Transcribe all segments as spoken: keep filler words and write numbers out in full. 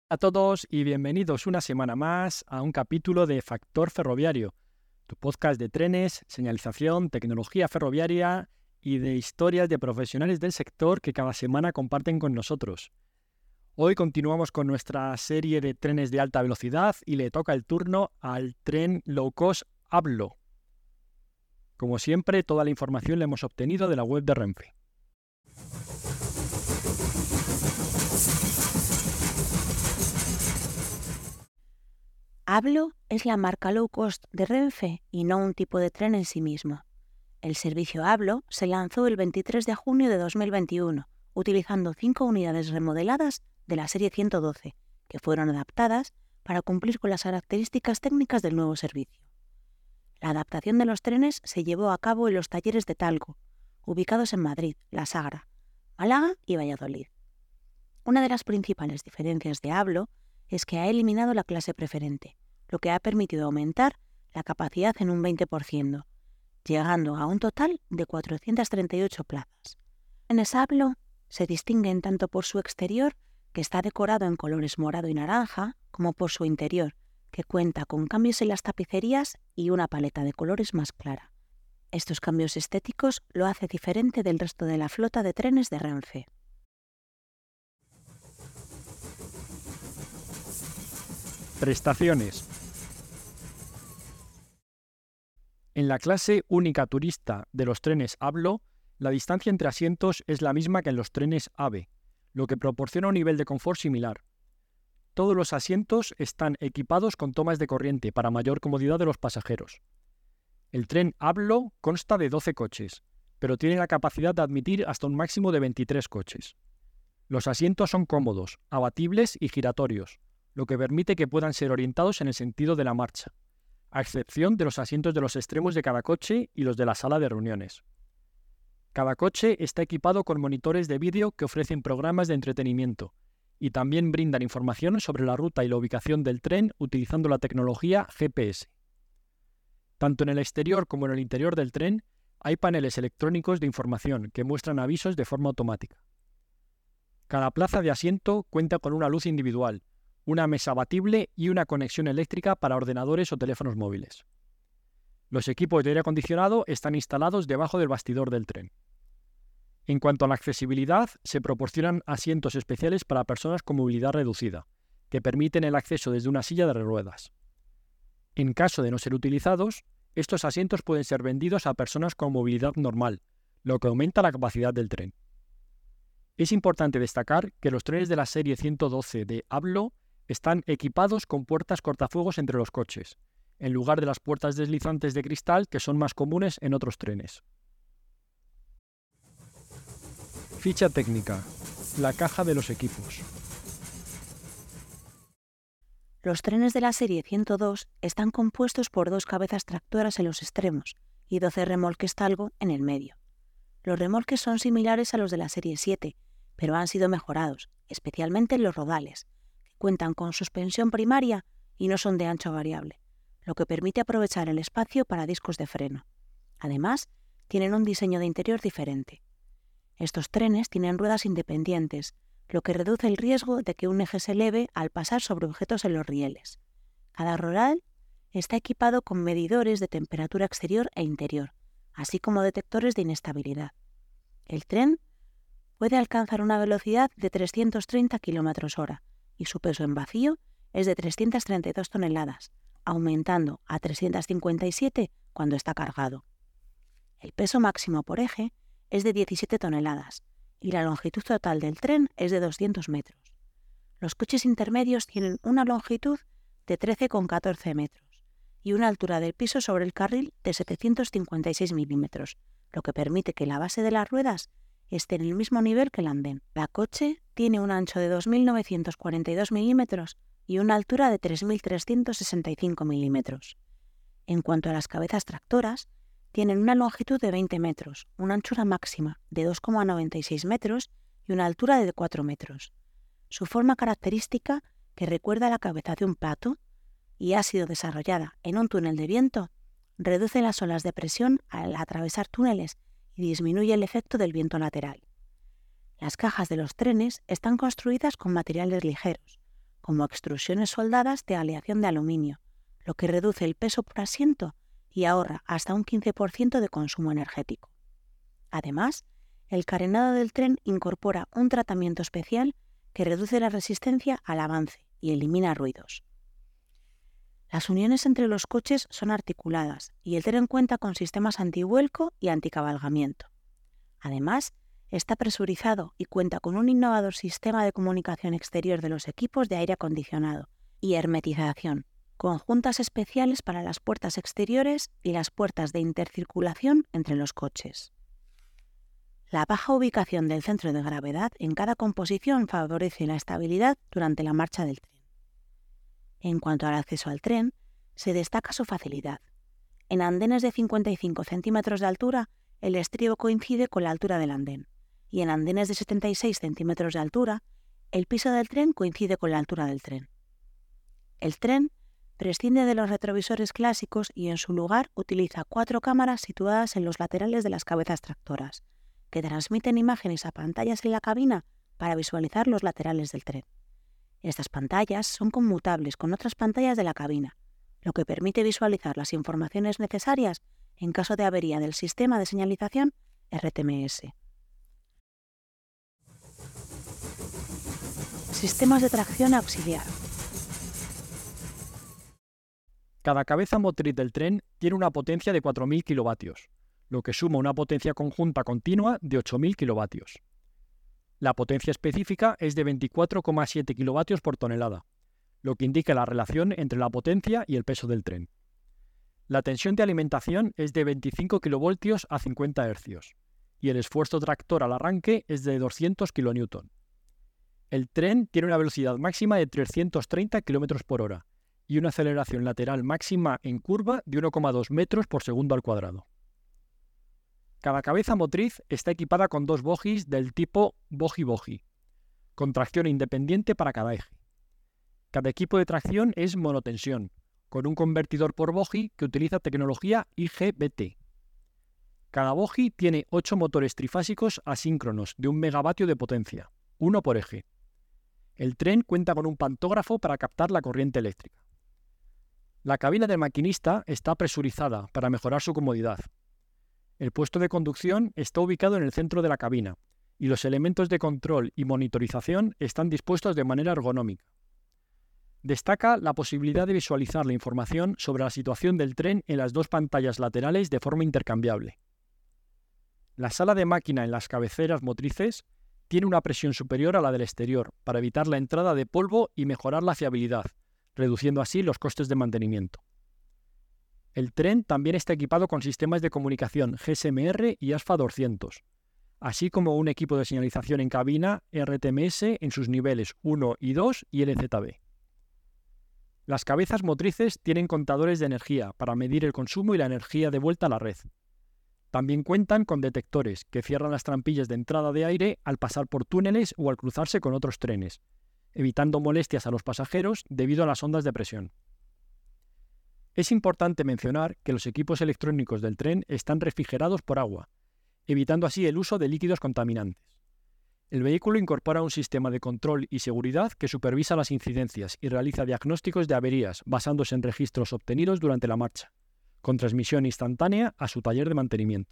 A todos y bienvenidos una semana más a un capítulo de Factor Ferroviario, tu podcast de trenes, señalización, tecnología ferroviaria y de historias de profesionales del sector que cada semana comparten con nosotros. Hoy continuamos con nuestra serie de trenes de alta velocidad y le toca el turno al tren low cost Ablo. Como siempre, toda la información la hemos obtenido de la web de Renfe. Ablo es la marca low cost de Renfe y no un tipo de tren en sí mismo. El servicio Ablo se lanzó el veintitrés de junio de dos mil veintiuno, utilizando cinco unidades remodeladas de la serie ciento doce, que fueron adaptadas para cumplir con las características técnicas del nuevo servicio. La adaptación de los trenes se llevó a cabo en los talleres de Talgo, ubicados en Madrid, La Sagra, Málaga y Valladolid. Una de las principales diferencias de Ablo es que ha eliminado la clase preferente, lo que ha permitido aumentar la capacidad en un veinte por ciento, llegando a un total de cuatrocientas treinta y ocho plazas. En Ablo se distinguen tanto por su exterior, que está decorado en colores morado y naranja, como por su interior, que cuenta con cambios en las tapicerías y una paleta de colores más clara. Estos cambios estéticos lo hace diferente del resto de la flota de trenes de Renfe. Prestaciones. En la clase única turista de los trenes Ablo, la distancia entre asientos es la misma que en los trenes AVE, lo que proporciona un nivel de confort similar. Todos los asientos están equipados con tomas de corriente para mayor comodidad de los pasajeros. El tren Ablo consta de doce coches, pero tiene la capacidad de admitir hasta un máximo de veintitrés coches. Los asientos son cómodos, abatibles y giratorios, lo que permite que puedan ser orientados en el sentido de la marcha, a excepción de los asientos de los extremos de cada coche y los de la sala de reuniones. Cada coche está equipado con monitores de vídeo que ofrecen programas de entretenimiento y también brindan información sobre la ruta y la ubicación del tren utilizando la tecnología G P S. Tanto en el exterior como en el interior del tren hay paneles electrónicos de información que muestran avisos de forma automática. Cada plaza de asiento cuenta con una luz individual, una mesa abatible y una conexión eléctrica para ordenadores o teléfonos móviles. Los equipos de aire acondicionado están instalados debajo del bastidor del tren. En cuanto a la accesibilidad, se proporcionan asientos especiales para personas con movilidad reducida, que permiten el acceso desde una silla de ruedas. En caso de no ser utilizados, estos asientos pueden ser vendidos a personas con movilidad normal, lo que aumenta la capacidad del tren. Es importante destacar que los trenes de la serie ciento doce de Ablo están equipados con puertas cortafuegos entre los coches, en lugar de las puertas deslizantes de cristal que son más comunes en otros trenes. Ficha técnica. La caja de los equipos. Los trenes de la serie ciento dos están compuestos por dos cabezas tractoras en los extremos y doce remolques Talgo en el medio. Los remolques son similares a los de la serie siete, pero han sido mejorados, especialmente en los rodales, que cuentan con suspensión primaria y no son de ancho variable, lo que permite aprovechar el espacio para discos de freno. Además, tienen un diseño de interior diferente. Estos trenes tienen ruedas independientes, lo que reduce el riesgo de que un eje se eleve al pasar sobre objetos en los rieles. Cada rodal está equipado con medidores de temperatura exterior e interior, así como detectores de inestabilidad. El tren puede alcanzar una velocidad de trescientos treinta kilómetros hora y su peso en vacío es de trescientas treinta y dos toneladas, aumentando a trescientas cincuenta y siete cuando está cargado. El peso máximo por eje es de diecisiete toneladas y la longitud total del tren es de doscientos metros. Los coches intermedios tienen una longitud de trece coma catorce metros y una altura del piso sobre el carril de setecientos cincuenta y seis milímetros, lo que permite que la base de las ruedas esté en el mismo nivel que el andén. La coche tiene un ancho de dos mil novecientos cuarenta y dos milímetros y una altura de tres mil trescientos sesenta y cinco milímetros. En cuanto a las cabezas tractoras, tienen una longitud de veinte metros, una anchura máxima de dos coma noventa y seis metros y una altura de cuatro metros. Su forma característica, que recuerda a la cabeza de un pato y ha sido desarrollada en un túnel de viento, reduce las olas de presión al atravesar túneles y disminuye el efecto del viento lateral. Las cajas de los trenes están construidas con materiales ligeros, como extrusiones soldadas de aleación de aluminio, lo que reduce el peso por asiento y ahorra hasta un quince por ciento de consumo energético. Además, el carenado del tren incorpora un tratamiento especial que reduce la resistencia al avance y elimina ruidos. Las uniones entre los coches son articuladas y el tren cuenta con sistemas antivuelco y anticabalgamiento. Además, está presurizado y cuenta con un innovador sistema de comunicación exterior de los equipos de aire acondicionado y hermetización, con juntas especiales para las puertas exteriores y las puertas de intercirculación entre los coches. La baja ubicación del centro de gravedad en cada composición favorece la estabilidad durante la marcha del tren. En cuanto al acceso al tren, se destaca su facilidad. En andenes de cincuenta y cinco centímetros de altura, el estribo coincide con la altura del andén, y en andenes de setenta y seis centímetros de altura, el piso del tren coincide con la altura del tren. El tren prescinde de los retrovisores clásicos y en su lugar utiliza cuatro cámaras situadas en los laterales de las cabezas tractoras, que transmiten imágenes a pantallas en la cabina para visualizar los laterales del tren. Estas pantallas son conmutables con otras pantallas de la cabina, lo que permite visualizar las informaciones necesarias en caso de avería del sistema de señalización R T M S. Sistemas de tracción auxiliar. Cada cabeza motriz del tren tiene una potencia de cuatro mil kilovatios, lo que suma una potencia conjunta continua de ocho mil kilovatios. La potencia específica es de veinticuatro coma siete kilovatios por tonelada, lo que indica la relación entre la potencia y el peso del tren. La tensión de alimentación es de veinticinco kilovoltios a cincuenta hercios, y el esfuerzo tractor al arranque es de doscientos kilonewton. El tren tiene una velocidad máxima de trescientos treinta kilómetros por hora y una aceleración lateral máxima en curva de uno coma dos metros por segundo al cuadrado. Cada cabeza motriz está equipada con dos bogies del tipo bogie-bogie, con tracción independiente para cada eje. Cada equipo de tracción es monotensión, con un convertidor por bogie que utiliza tecnología I G B T. Cada bogie tiene ocho motores trifásicos asíncronos de un megavatio de potencia, uno por eje. El tren cuenta con un pantógrafo para captar la corriente eléctrica. La cabina del maquinista está presurizada para mejorar su comodidad. El puesto de conducción está ubicado en el centro de la cabina y los elementos de control y monitorización están dispuestos de manera ergonómica. Destaca la posibilidad de visualizar la información sobre la situación del tren en las dos pantallas laterales de forma intercambiable. La sala de máquina en las cabeceras motrices tiene una presión superior a la del exterior para evitar la entrada de polvo y mejorar la fiabilidad, reduciendo así los costes de mantenimiento. El tren también está equipado con sistemas de comunicación G S M R y A S F A doscientos, así como un equipo de señalización en cabina R T M S en sus niveles uno y dos y L Z B. Las cabezas motrices tienen contadores de energía para medir el consumo y la energía de vuelta a la red. También cuentan con detectores que cierran las trampillas de entrada de aire al pasar por túneles o al cruzarse con otros trenes, evitando molestias a los pasajeros debido a las ondas de presión. Es importante mencionar que los equipos electrónicos del tren están refrigerados por agua, evitando así el uso de líquidos contaminantes. El vehículo incorpora un sistema de control y seguridad que supervisa las incidencias y realiza diagnósticos de averías basándose en registros obtenidos durante la marcha, con transmisión instantánea a su taller de mantenimiento.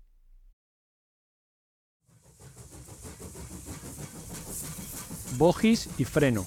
Bogies y freno.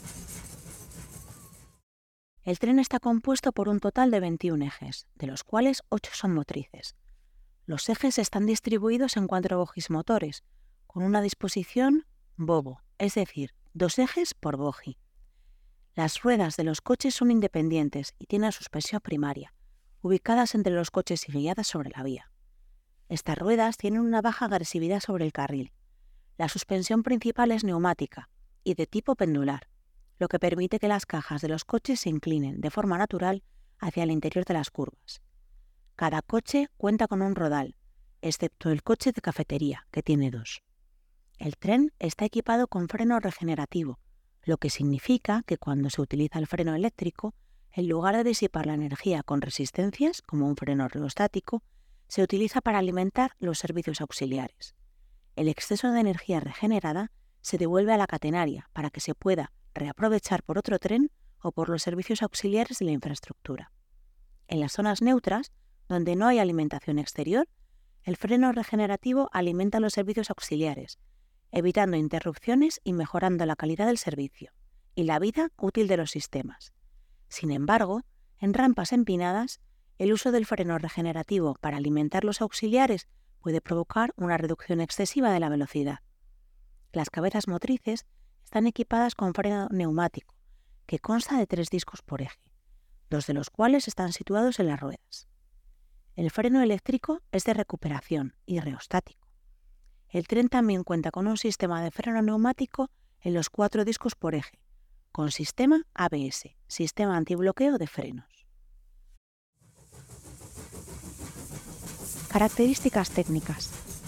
El tren está compuesto por un total de veintiún ejes, de los cuales ocho son motrices. Los ejes están distribuidos en cuatro bogies motores, con una disposición bobo, es decir, dos ejes por bogie. Las ruedas de los coches son independientes y tienen suspensión primaria, ubicadas entre los coches y guiadas sobre la vía. Estas ruedas tienen una baja agresividad sobre el carril. La suspensión principal es neumática y de tipo pendular, lo que permite que las cajas de los coches se inclinen de forma natural hacia el interior de las curvas. Cada coche cuenta con un rodal, excepto el coche de cafetería, que tiene dos. El tren está equipado con freno regenerativo, lo que significa que cuando se utiliza el freno eléctrico, en lugar de disipar la energía con resistencias, como un freno rheostático, se utiliza para alimentar los servicios auxiliares. El exceso de energía regenerada se devuelve a la catenaria para que se pueda reaprovechar por otro tren o por los servicios auxiliares de la infraestructura. En las zonas neutras, donde no hay alimentación exterior, el freno regenerativo alimenta los servicios auxiliares, evitando interrupciones y mejorando la calidad del servicio y la vida útil de los sistemas. Sin embargo, en rampas empinadas, el uso del freno regenerativo para alimentar los auxiliares puede provocar una reducción excesiva de la velocidad. Las cabezas motrices están equipadas con freno neumático, que consta de tres discos por eje, dos de los cuales están situados en las ruedas. El freno eléctrico es de recuperación y reostático. El tren también cuenta con un sistema de freno neumático en los cuatro discos por eje, con sistema A B S, sistema antibloqueo de frenos. Características técnicas.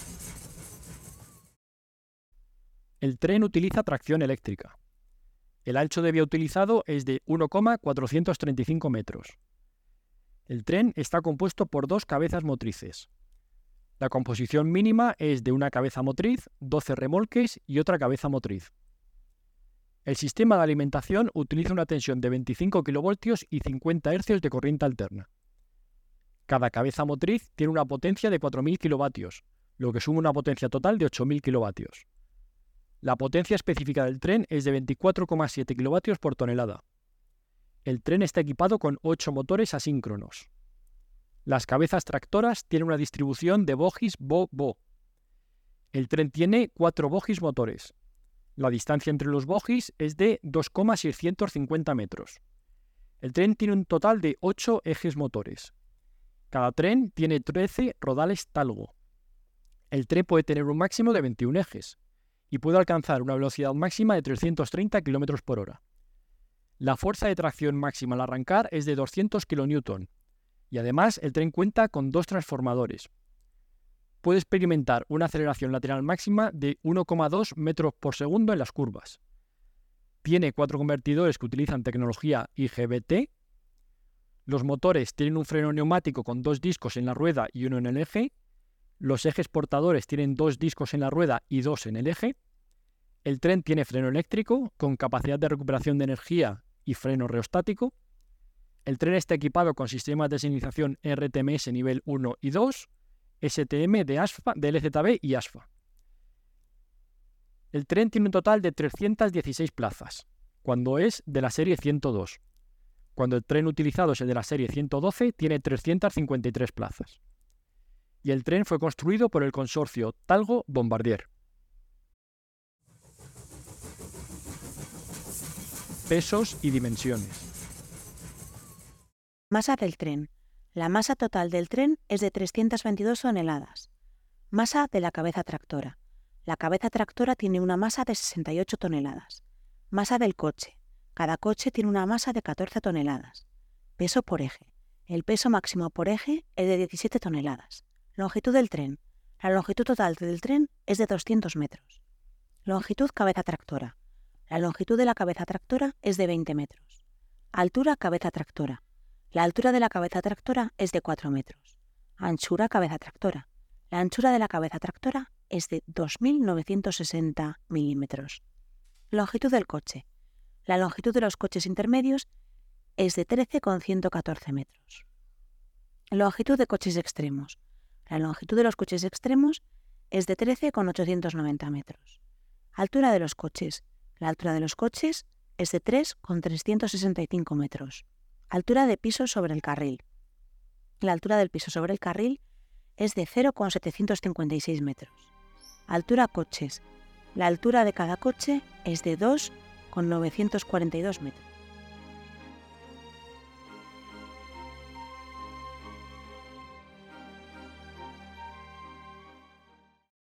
El tren utiliza tracción eléctrica. El ancho de vía utilizado es de uno coma cuatrocientos treinta y cinco metros. El tren está compuesto por dos cabezas motrices. La composición mínima es de una cabeza motriz, doce remolques y otra cabeza motriz. El sistema de alimentación utiliza una tensión de veinticinco kilovoltios y cincuenta hercios de corriente alterna. Cada cabeza motriz tiene una potencia de cuatro mil kilovatios, lo que suma una potencia total de ocho mil kilovatios. La potencia específica del tren es de veinticuatro coma siete kilovatios por tonelada. El tren está equipado con ocho motores asíncronos. Las cabezas tractoras tienen una distribución de bogies bo-bo. El tren tiene cuatro bogies motores. La distancia entre los bogies es de dos coma seiscientos cincuenta metros. El tren tiene un total de ocho ejes motores. Cada tren tiene trece rodales talgo. El tren puede tener un máximo de veintiún ejes y puede alcanzar una velocidad máxima de trescientos treinta kilómetros por hora. La fuerza de tracción máxima al arrancar es de doscientos kilonewton y además el tren cuenta con dos transformadores. Puede experimentar una aceleración lateral máxima de uno coma dos metros por segundo en las curvas. Tiene cuatro convertidores que utilizan tecnología I G B T. Los motores tienen un freno neumático con dos discos en la rueda y uno en el eje. Los ejes portadores tienen dos discos en la rueda y dos en el eje. El tren tiene freno eléctrico con capacidad de recuperación de energía y freno reostático. El tren está equipado con sistemas de señalización R T M S nivel uno y dos, S T M de, ASFA, de L Z B y ASFA. El tren tiene un total de trescientas dieciséis plazas, cuando es de la serie ciento dos. Cuando el tren utilizado es el de la serie ciento doce, tiene trescientas cincuenta y tres plazas. Y el tren fue construido por el consorcio Talgo Bombardier. Pesos y dimensiones. Masa del tren. La masa total del tren es de trescientas veintidós toneladas. Masa de la cabeza tractora. La cabeza tractora tiene una masa de sesenta y ocho toneladas. Masa del coche. Cada coche tiene una masa de catorce toneladas. Peso por eje. El peso máximo por eje es de diecisiete toneladas. Longitud del tren. La longitud total del tren es de doscientos metros. Longitud cabeza tractora. La longitud de la cabeza tractora es de veinte metros. Altura cabeza tractora. La altura de la cabeza tractora es de cuatro metros. Anchura cabeza tractora. La anchura de la cabeza tractora es de dos mil novecientos sesenta milímetros. Longitud del coche. La longitud de los coches intermedios es de trece coma ciento catorce metros. Longitud de coches extremos. La longitud de los coches extremos es de trece coma ochocientos noventa metros. Altura de los coches. La altura de los coches es de tres coma trescientos sesenta y cinco metros. Altura de piso sobre el carril. La altura del piso sobre el carril es de cero coma setecientos cincuenta y seis metros. Altura coches. La altura de cada coche es de dos coma novecientos cuarenta y dos metros.